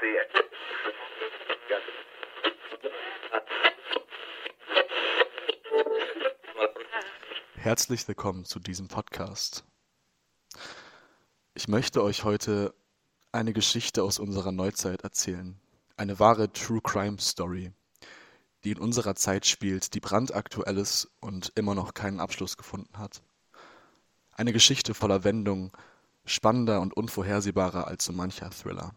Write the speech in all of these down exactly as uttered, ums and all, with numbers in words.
Herzlich willkommen zu diesem Podcast. Ich möchte euch heute eine Geschichte aus unserer Neuzeit erzählen. Eine wahre True Crime Story, die in unserer Zeit spielt, die brandaktuell ist und immer noch keinen Abschluss gefunden hat. Eine Geschichte voller Wendungen, spannender und unvorhersehbarer als so mancher Thriller.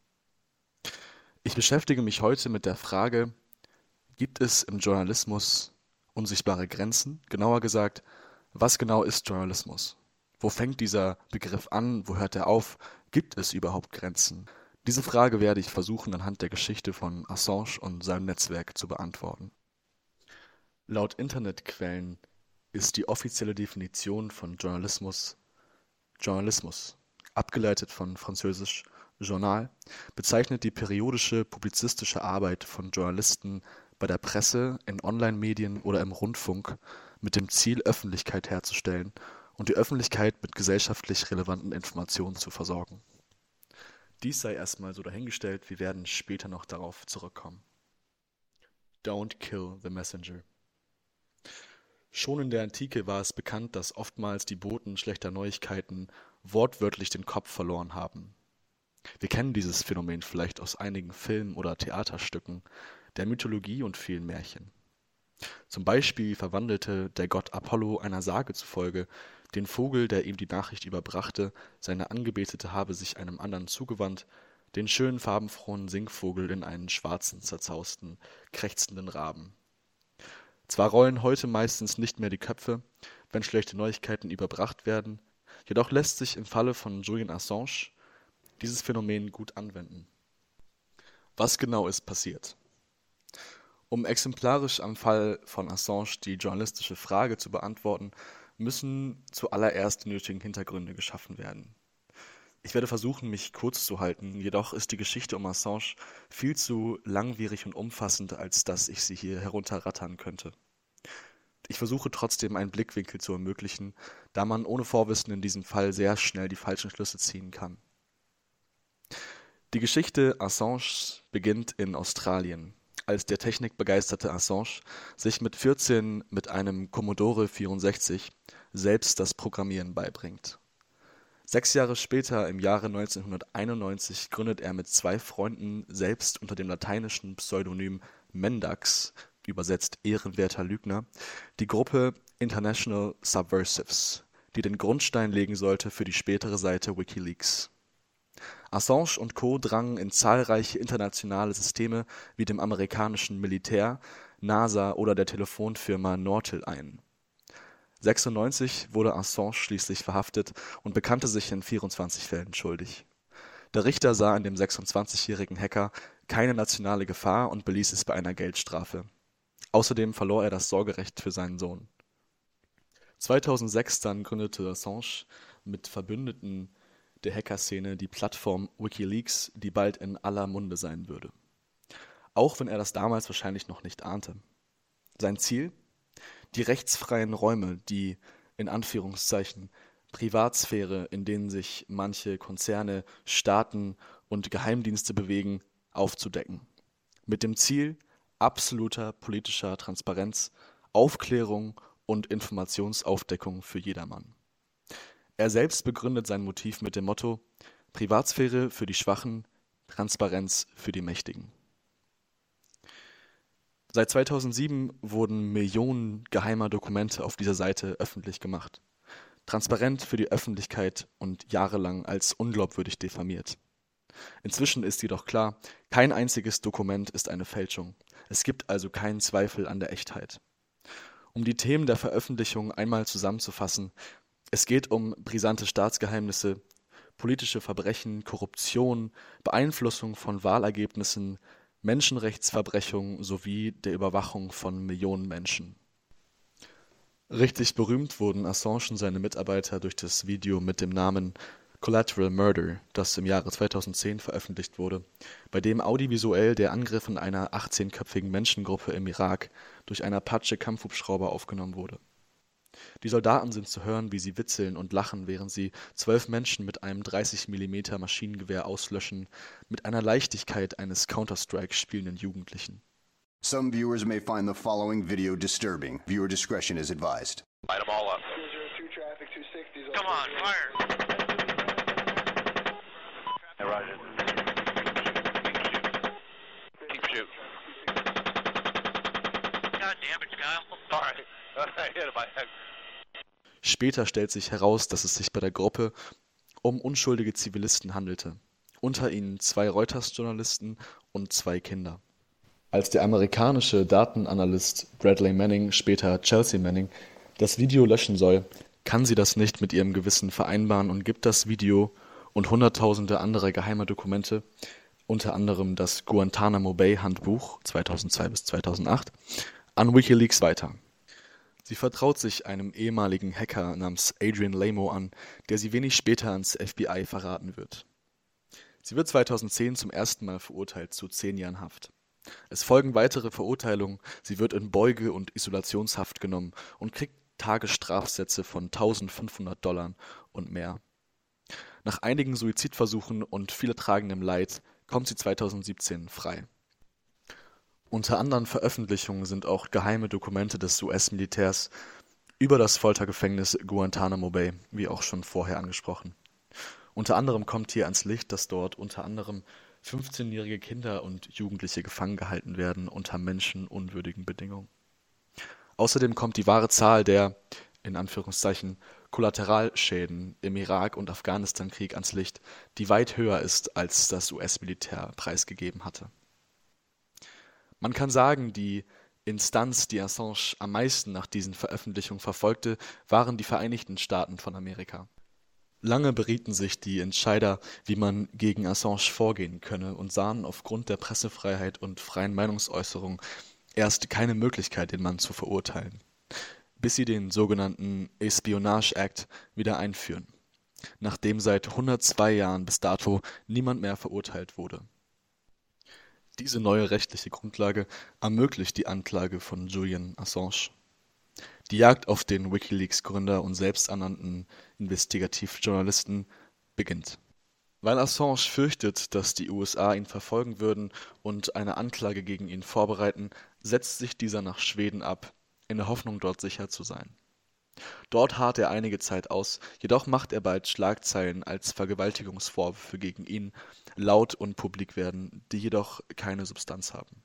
Ich beschäftige mich heute mit der Frage, gibt es im Journalismus unsichtbare Grenzen? Genauer gesagt, was genau ist Journalismus? Wo fängt dieser Begriff an? Wo hört er auf? Gibt es überhaupt Grenzen? Diese Frage werde ich versuchen, anhand der Geschichte von Assange und seinem Netzwerk zu beantworten. Laut Internetquellen ist die offizielle Definition von Journalismus Journalismus, abgeleitet von französisch Journal, bezeichnet die periodische publizistische Arbeit von Journalisten bei der Presse, in Online-Medien oder im Rundfunk mit dem Ziel, Öffentlichkeit herzustellen und die Öffentlichkeit mit gesellschaftlich relevanten Informationen zu versorgen. Dies sei erstmal so dahingestellt, wir werden später noch darauf zurückkommen. Don't kill the messenger. Schon in der Antike war es bekannt, dass oftmals die Boten schlechter Neuigkeiten wortwörtlich den Kopf verloren haben. Wir kennen dieses Phänomen vielleicht aus einigen Filmen oder Theaterstücken, der Mythologie und vielen Märchen. Zum Beispiel verwandelte der Gott Apollo einer Sage zufolge den Vogel, der ihm die Nachricht überbrachte, seine Angebetete habe sich einem anderen zugewandt, den schönen farbenfrohen Singvogel in einen schwarzen, zerzausten, krächzenden Raben. Zwar rollen heute meistens nicht mehr die Köpfe, wenn schlechte Neuigkeiten überbracht werden, jedoch lässt sich im Falle von Julian Assange dieses Phänomen gut anwenden. Was genau ist passiert? Um exemplarisch am Fall von Assange die journalistische Frage zu beantworten, müssen zuallererst die nötigen Hintergründe geschaffen werden. Ich werde versuchen, mich kurz zu halten, jedoch ist die Geschichte um Assange viel zu langwierig und umfassend, als dass ich sie hier herunterrattern könnte. Ich versuche trotzdem einen Blickwinkel zu ermöglichen, da man ohne Vorwissen in diesem Fall sehr schnell die falschen Schlüsse ziehen kann. Die Geschichte Assange beginnt in Australien, als der technikbegeisterte Assange sich mit vierzehn mit einem Commodore vierundsechzig selbst das Programmieren beibringt. Sechs Jahre später, im Jahre neunzehnhunderteinundneunzig, gründet er mit zwei Freunden selbst unter dem lateinischen Pseudonym Mendax, übersetzt ehrenwerter Lügner, die Gruppe International Subversives, die den Grundstein legen sollte für die spätere Seite WikiLeaks. Assange und Co. drangen in zahlreiche internationale Systeme wie dem amerikanischen Militär, NASA oder der Telefonfirma Nortel ein. sechsundneunzig wurde Assange schließlich verhaftet und bekannte sich in vierundzwanzig Fällen schuldig. Der Richter sah in dem sechsundzwanzigjährigen Hacker keine nationale Gefahr und beließ es bei einer Geldstrafe. Außerdem verlor er das Sorgerecht für seinen Sohn. zweitausendsechs dann gründete Assange mit Verbündeten der Hackerszene die Plattform WikiLeaks, die bald in aller Munde sein würde. Auch wenn er das damals wahrscheinlich noch nicht ahnte. Sein Ziel? Die rechtsfreien Räume, die, in Anführungszeichen, Privatsphäre, in denen sich manche Konzerne, Staaten und Geheimdienste bewegen, aufzudecken. Mit dem Ziel absoluter politischer Transparenz, Aufklärung und Informationsaufdeckung für jedermann. Er selbst begründet sein Motiv mit dem Motto: Privatsphäre für die Schwachen, Transparenz für die Mächtigen. Seit zweitausendsieben wurden Millionen geheimer Dokumente auf dieser Seite öffentlich gemacht. Transparent für die Öffentlichkeit und jahrelang als unglaubwürdig diffamiert. Inzwischen ist jedoch klar, kein einziges Dokument ist eine Fälschung. Es gibt also keinen Zweifel an der Echtheit. Um die Themen der Veröffentlichung einmal zusammenzufassen: Es geht um brisante Staatsgeheimnisse, politische Verbrechen, Korruption, Beeinflussung von Wahlergebnissen, Menschenrechtsverbrechung sowie der Überwachung von Millionen Menschen. Richtig berühmt wurden Assange und seine Mitarbeiter durch das Video mit dem Namen Collateral Murder, das im Jahre zweitausendzehn veröffentlicht wurde, bei dem audiovisuell der Angriff in einer achtzehnköpfigen Menschengruppe im Irak durch einen Apache-Kampfhubschrauber aufgenommen wurde. Die Soldaten sind zu hören, wie sie witzeln und lachen, während sie zwölf Menschen mit einem dreißig Millimeter Maschinengewehr auslöschen, mit einer Leichtigkeit eines Counter-Strike spielenden Jugendlichen. Some viewers may find the following video disturbing. Viewer discretion is advised. Light them all up. Come on, fire! Hey, Roger. Keep shooting. God damn it, Kyle. All right. I hit him. I- Später stellt sich heraus, dass es sich bei der Gruppe um unschuldige Zivilisten handelte, unter ihnen zwei Reuters-Journalisten und zwei Kinder. Als der amerikanische Datenanalyst Bradley Manning, später Chelsea Manning, das Video löschen soll, kann sie das nicht mit ihrem Gewissen vereinbaren und gibt das Video und hunderttausende andere geheime Dokumente, unter anderem das Guantanamo Bay Handbuch zweitausendzwei bis zweitausendacht, an WikiLeaks weiter. Sie vertraut sich einem ehemaligen Hacker namens Adrian Lamo an, der sie wenig später ans F B I verraten wird. Sie wird zweitausendzehn zum ersten Mal verurteilt zu zehn Jahren Haft. Es folgen weitere Verurteilungen, sie wird in Beuge- und Isolationshaft genommen und kriegt Tagesstrafsätze von eintausendfünfhundert Dollar und mehr. Nach einigen Suizidversuchen und viel ertragendem Leid kommt sie zweitausendsiebzehn frei. Unter anderen Veröffentlichungen sind auch geheime Dokumente des U S-Militärs über das Foltergefängnis Guantanamo Bay, wie auch schon vorher angesprochen. Unter anderem kommt hier ans Licht, dass dort unter anderem fünfzehnjährige Kinder und Jugendliche gefangen gehalten werden unter menschenunwürdigen Bedingungen. Außerdem kommt die wahre Zahl der, in Anführungszeichen, Kollateralschäden im Irak- und Afghanistan-Krieg ans Licht, die weit höher ist, als das U S-Militär preisgegeben hatte. Man kann sagen, die Instanz, die Assange am meisten nach diesen Veröffentlichungen verfolgte, waren die Vereinigten Staaten von Amerika. Lange berieten sich die Entscheider, wie man gegen Assange vorgehen könne und sahen aufgrund der Pressefreiheit und freien Meinungsäußerung erst keine Möglichkeit, den Mann zu verurteilen, bis sie den sogenannten Espionage Act wieder einführen, nachdem seit hundertzwei Jahren bis dato niemand mehr verurteilt wurde. Diese neue rechtliche Grundlage ermöglicht die Anklage von Julian Assange. Die Jagd auf den WikiLeaks-Gründer und selbsternannten Investigativjournalisten beginnt. Weil Assange fürchtet, dass die U S A ihn verfolgen würden und eine Anklage gegen ihn vorbereiten, setzt sich dieser nach Schweden ab, in der Hoffnung, dort sicher zu sein. Dort harrt er einige Zeit aus, jedoch macht er bald Schlagzeilen, als Vergewaltigungsvorwürfe gegen ihn laut und publik werden, die jedoch keine Substanz haben.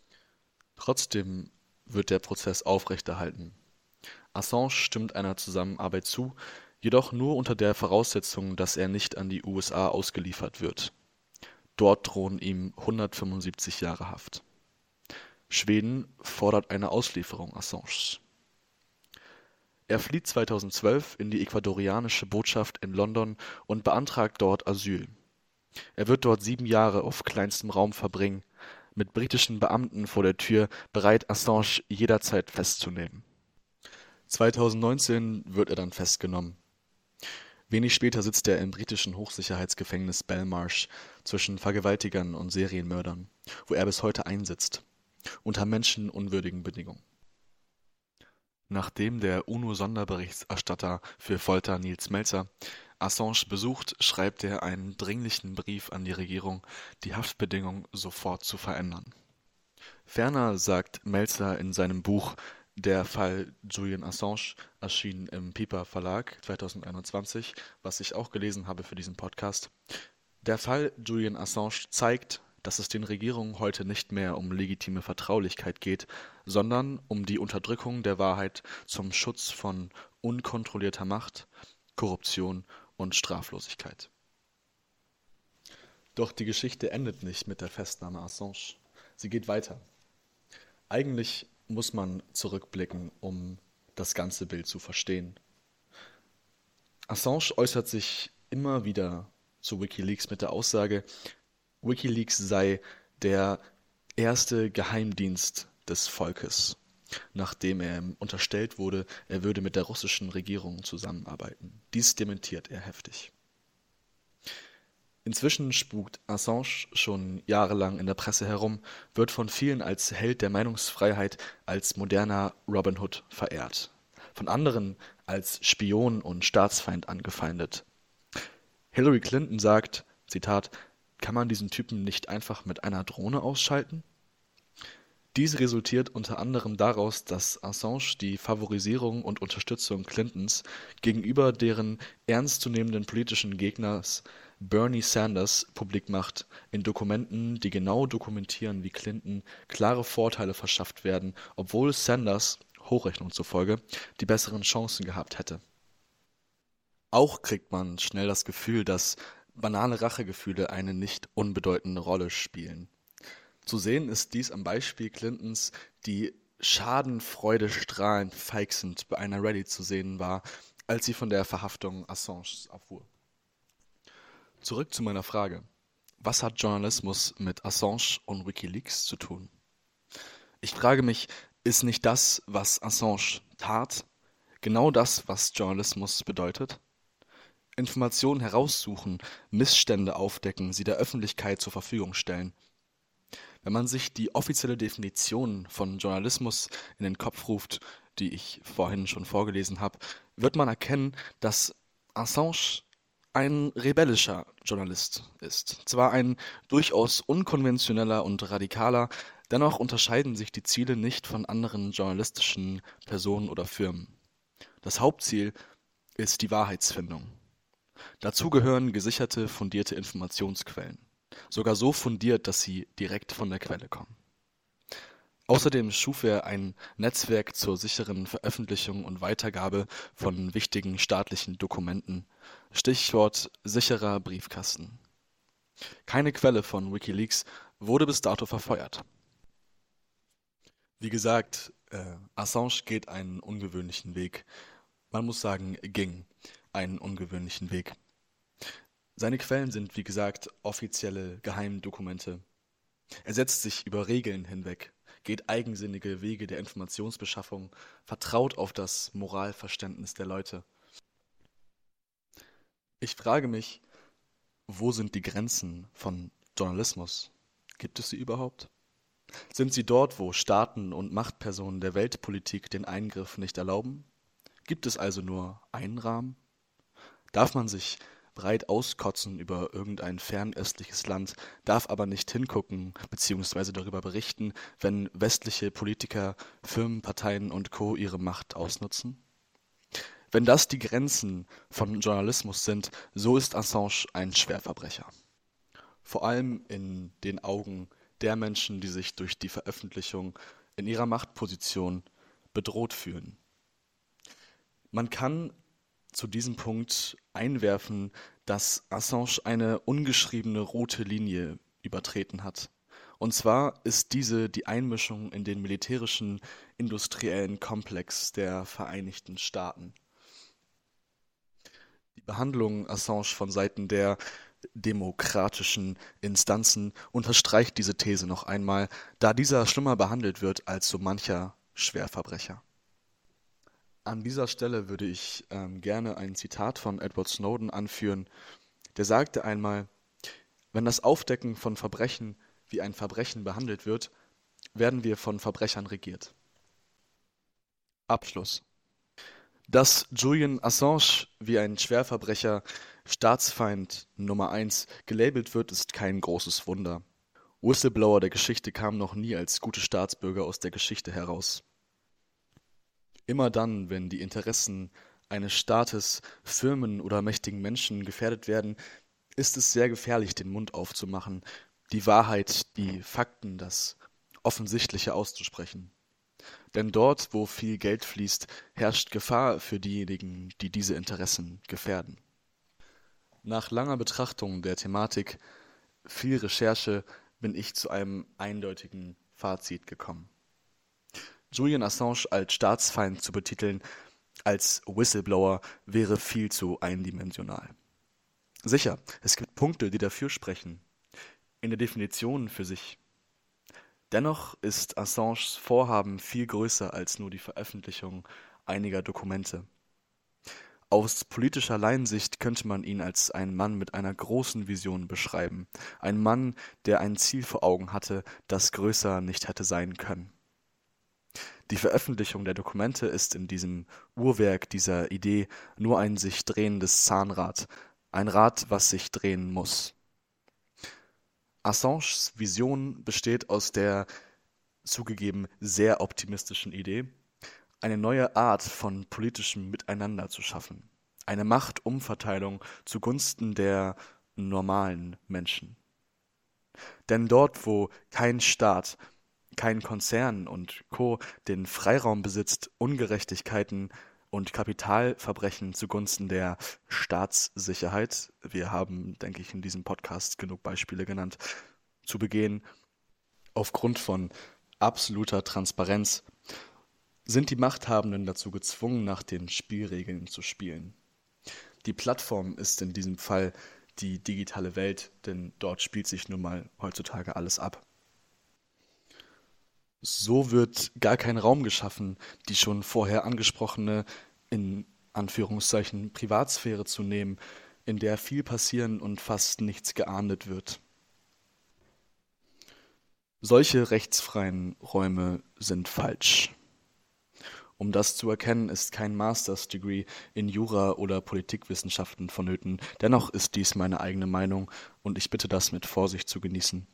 Trotzdem wird der Prozess aufrechterhalten. Assange stimmt einer Zusammenarbeit zu, jedoch nur unter der Voraussetzung, dass er nicht an die U S A ausgeliefert wird. Dort drohen ihm hundertfünfundsiebzig Jahre Haft. Schweden fordert eine Auslieferung Assanges. Er flieht zweitausendzwölf in die ecuadorianische Botschaft in London und beantragt dort Asyl. Er wird dort sieben Jahre auf kleinstem Raum verbringen, mit britischen Beamten vor der Tür, bereit, Assange jederzeit festzunehmen. zweitausendneunzehn wird er dann festgenommen. Wenig später sitzt er im britischen Hochsicherheitsgefängnis Belmarsh zwischen Vergewaltigern und Serienmördern, wo er bis heute einsitzt, unter menschenunwürdigen Bedingungen. Nachdem der UNO-Sonderberichterstatter für Folter Nils Melzer Assange besucht, schreibt er einen dringlichen Brief an die Regierung, die Haftbedingungen sofort zu verändern. Ferner sagt Melzer in seinem Buch Der Fall Julian Assange, erschienen im Piper Verlag zweitausendeinundzwanzig, was ich auch gelesen habe für diesen Podcast: Der Fall Julian Assange zeigt, dass es den Regierungen heute nicht mehr um legitime Vertraulichkeit geht, sondern um die Unterdrückung der Wahrheit zum Schutz von unkontrollierter Macht, Korruption und Straflosigkeit. Doch die Geschichte endet nicht mit der Festnahme Assange. Sie geht weiter. Eigentlich muss man zurückblicken, um das ganze Bild zu verstehen. Assange äußert sich immer wieder zu WikiLeaks mit der Aussage, WikiLeaks sei der erste Geheimdienst des Volkes, nachdem er unterstellt wurde, er würde mit der russischen Regierung zusammenarbeiten. Dies dementiert er heftig. Inzwischen spukt Assange schon jahrelang in der Presse herum, wird von vielen als Held der Meinungsfreiheit, als moderner Robin Hood verehrt. von anderen als Spion und Staatsfeind angefeindet. Hillary Clinton sagt, Zitat, kann man diesen Typen nicht einfach mit einer Drohne ausschalten? Dies resultiert unter anderem daraus, dass Assange die Favorisierung und Unterstützung Clintons gegenüber deren ernstzunehmenden politischen Gegners Bernie Sanders publik macht, in Dokumenten, die genau dokumentieren, wie Clinton klare Vorteile verschafft werden, obwohl Sanders, Hochrechnung zufolge, die besseren Chancen gehabt hätte. Auch kriegt man schnell das Gefühl, dass banale Rachegefühle eine nicht unbedeutende Rolle spielen. Zu sehen ist dies am Beispiel Clintons, die Schadenfreude strahlend feixend bei einer Rallye zu sehen war, als sie von der Verhaftung Assanges erfuhr. Zurück zu meiner Frage. Was hat Journalismus mit Assange und WikiLeaks zu tun? Ich frage mich, ist nicht das, was Assange tat, genau das, was Journalismus bedeutet? Informationen heraussuchen, Missstände aufdecken, sie der Öffentlichkeit zur Verfügung stellen. Wenn man sich die offizielle Definition von Journalismus in den Kopf ruft, die ich vorhin schon vorgelesen habe, wird man erkennen, dass Assange ein rebellischer Journalist ist. Zwar ein durchaus unkonventioneller und radikaler, dennoch unterscheiden sich die Ziele nicht von anderen journalistischen Personen oder Firmen. Das Hauptziel ist die Wahrheitsfindung. Dazu gehören gesicherte, fundierte Informationsquellen. Sogar so fundiert, dass sie direkt von der Quelle kommen. Außerdem schuf er ein Netzwerk zur sicheren Veröffentlichung und Weitergabe von wichtigen staatlichen Dokumenten. Stichwort sicherer Briefkasten. Keine Quelle von WikiLeaks wurde bis dato verfeuert. Wie gesagt, äh, Assange geht einen ungewöhnlichen Weg. Man muss sagen, ging einen ungewöhnlichen Weg. Seine Quellen sind, wie gesagt, offizielle Geheimdokumente. Er setzt sich über Regeln hinweg, geht eigensinnige Wege der Informationsbeschaffung, vertraut auf das Moralverständnis der Leute. Ich frage mich, wo sind die Grenzen von Journalismus? Gibt es sie überhaupt? Sind sie dort, wo Staaten und Machtpersonen der Weltpolitik den Eingriff nicht erlauben? Gibt es also nur einen Rahmen? Darf man sich breit auskotzen über irgendein fernöstliches Land, darf aber nicht hingucken bzw. darüber berichten, wenn westliche Politiker, Firmen, Parteien und Co. ihre Macht ausnutzen? Wenn das die Grenzen von Journalismus sind, so ist Assange ein Schwerverbrecher. Vor allem in den Augen der Menschen, die sich durch die Veröffentlichung in ihrer Machtposition bedroht fühlen. Man kann zu diesem Punkt einwerfen, dass Assange eine ungeschriebene rote Linie übertreten hat. Und zwar ist diese die Einmischung in den militärischen, industriellen Komplex der Vereinigten Staaten. Die Behandlung Assange von Seiten der demokratischen Instanzen unterstreicht diese These noch einmal, da dieser schlimmer behandelt wird als so mancher Schwerverbrecher. An dieser Stelle würde ich ähm, gerne ein Zitat von Edward Snowden anführen. Der sagte einmal, wenn das Aufdecken von Verbrechen wie ein Verbrechen behandelt wird, werden wir von Verbrechern regiert. Abschluss. Dass Julian Assange wie ein Schwerverbrecher, Staatsfeind Nummer eins gelabelt wird, ist kein großes Wunder. Whistleblower der Geschichte kamen noch nie als gute Staatsbürger aus der Geschichte heraus. Immer dann, wenn die Interessen eines Staates, Firmen oder mächtigen Menschen gefährdet werden, ist es sehr gefährlich, den Mund aufzumachen, die Wahrheit, die Fakten, das Offensichtliche auszusprechen. Denn dort, wo viel Geld fließt, herrscht Gefahr für diejenigen, die diese Interessen gefährden. Nach langer Betrachtung der Thematik, viel Recherche, bin ich zu einem eindeutigen Fazit gekommen. Julian Assange als Staatsfeind zu betiteln, als Whistleblower, wäre viel zu eindimensional. Sicher, es gibt Punkte, die dafür sprechen, in der Definition für sich. Dennoch ist Assanges Vorhaben viel größer als nur die Veröffentlichung einiger Dokumente. Aus politischer Laiensicht könnte man ihn als einen Mann mit einer großen Vision beschreiben. Ein Mann, der ein Ziel vor Augen hatte, das größer nicht hätte sein können. Die Veröffentlichung der Dokumente ist in diesem Uhrwerk dieser Idee nur ein sich drehendes Zahnrad, ein Rad, was sich drehen muss. Assanges Vision besteht aus der zugegeben sehr optimistischen Idee, eine neue Art von politischem Miteinander zu schaffen, eine Machtumverteilung zugunsten der normalen Menschen. Denn dort, wo kein Staat, kein Konzern und Co. den Freiraum besitzt, Ungerechtigkeiten und Kapitalverbrechen zugunsten der Staatssicherheit, wir haben, denke ich, in diesem Podcast genug Beispiele genannt, zu begehen, aufgrund von absoluter Transparenz, sind die Machthabenden dazu gezwungen, nach den Spielregeln zu spielen. Die Plattform ist in diesem Fall die digitale Welt, denn dort spielt sich nun mal heutzutage alles ab. So wird gar kein Raum geschaffen, die schon vorher angesprochene, in Anführungszeichen, Privatsphäre zu nehmen, in der viel passieren und fast nichts geahndet wird. Solche rechtsfreien Räume sind falsch. Um das zu erkennen, ist kein Master's Degree in Jura oder Politikwissenschaften vonnöten. Dennoch ist dies meine eigene Meinung und ich bitte das mit Vorsicht zu genießen.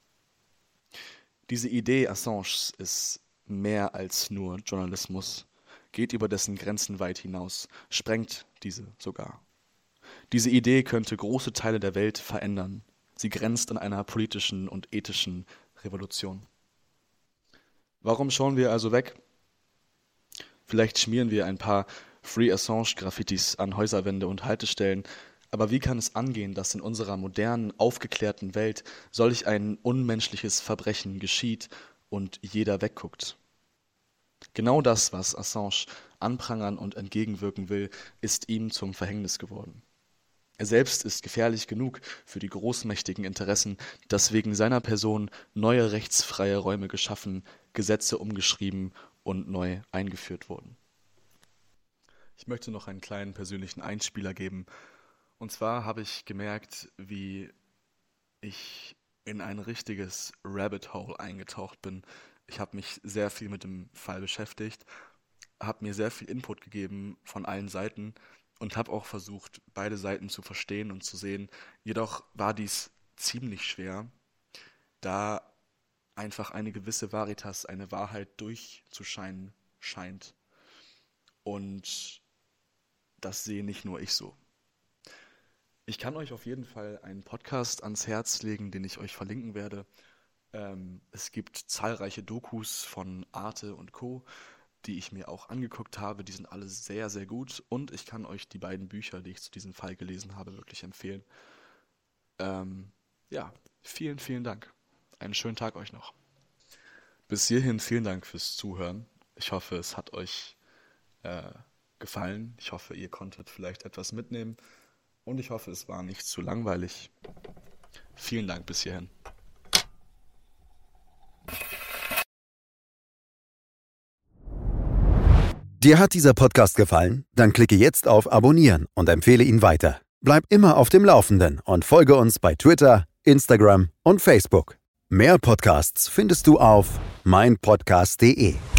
Diese Idee Assanges ist mehr als nur Journalismus, geht über dessen Grenzen weit hinaus, sprengt diese sogar. Diese Idee könnte große Teile der Welt verändern. Sie grenzt an einer politischen und ethischen Revolution. Warum schauen wir also weg? Vielleicht schmieren wir ein paar Free Assange-Graffitis an Häuserwände und Haltestellen, aber wie kann es angehen, dass in unserer modernen, aufgeklärten Welt solch ein unmenschliches Verbrechen geschieht und jeder wegguckt? Genau das, was Assange anprangern und entgegenwirken will, ist ihm zum Verhängnis geworden. Er selbst ist gefährlich genug für die großmächtigen Interessen, dass wegen seiner Person neue rechtsfreie Räume geschaffen, Gesetze umgeschrieben und neu eingeführt wurden. Ich möchte noch einen kleinen persönlichen Einspieler geben. Und zwar habe ich gemerkt, wie ich in ein richtiges Rabbit Hole eingetaucht bin. Ich habe mich sehr viel mit dem Fall beschäftigt, habe mir sehr viel Input gegeben von allen Seiten und habe auch versucht, beide Seiten zu verstehen und zu sehen. Jedoch war dies ziemlich schwer, da einfach eine gewisse Veritas, eine Wahrheit durchzuscheinen scheint. Und das sehe nicht nur ich so. Ich kann euch auf jeden Fall einen Podcast ans Herz legen, den ich euch verlinken werde. Ähm, es gibt zahlreiche Dokus von Arte und Co., die ich mir auch angeguckt habe. Die sind alle sehr, sehr gut. Und ich kann euch die beiden Bücher, die ich zu diesem Fall gelesen habe, wirklich empfehlen. Ähm, ja, vielen, vielen Dank. Einen schönen Tag euch noch. Bis hierhin vielen Dank fürs Zuhören. Ich hoffe, es hat euch äh, gefallen. Ich hoffe, ihr konntet vielleicht etwas mitnehmen. Und ich hoffe, es war nicht zu langweilig. Vielen Dank bis hierhin. Dir hat dieser Podcast gefallen? Dann klicke jetzt auf Abonnieren und empfehle ihn weiter. Bleib immer auf dem Laufenden und folge uns bei Twitter, Instagram und Facebook. Mehr Podcasts findest du auf mein podcast punkt de.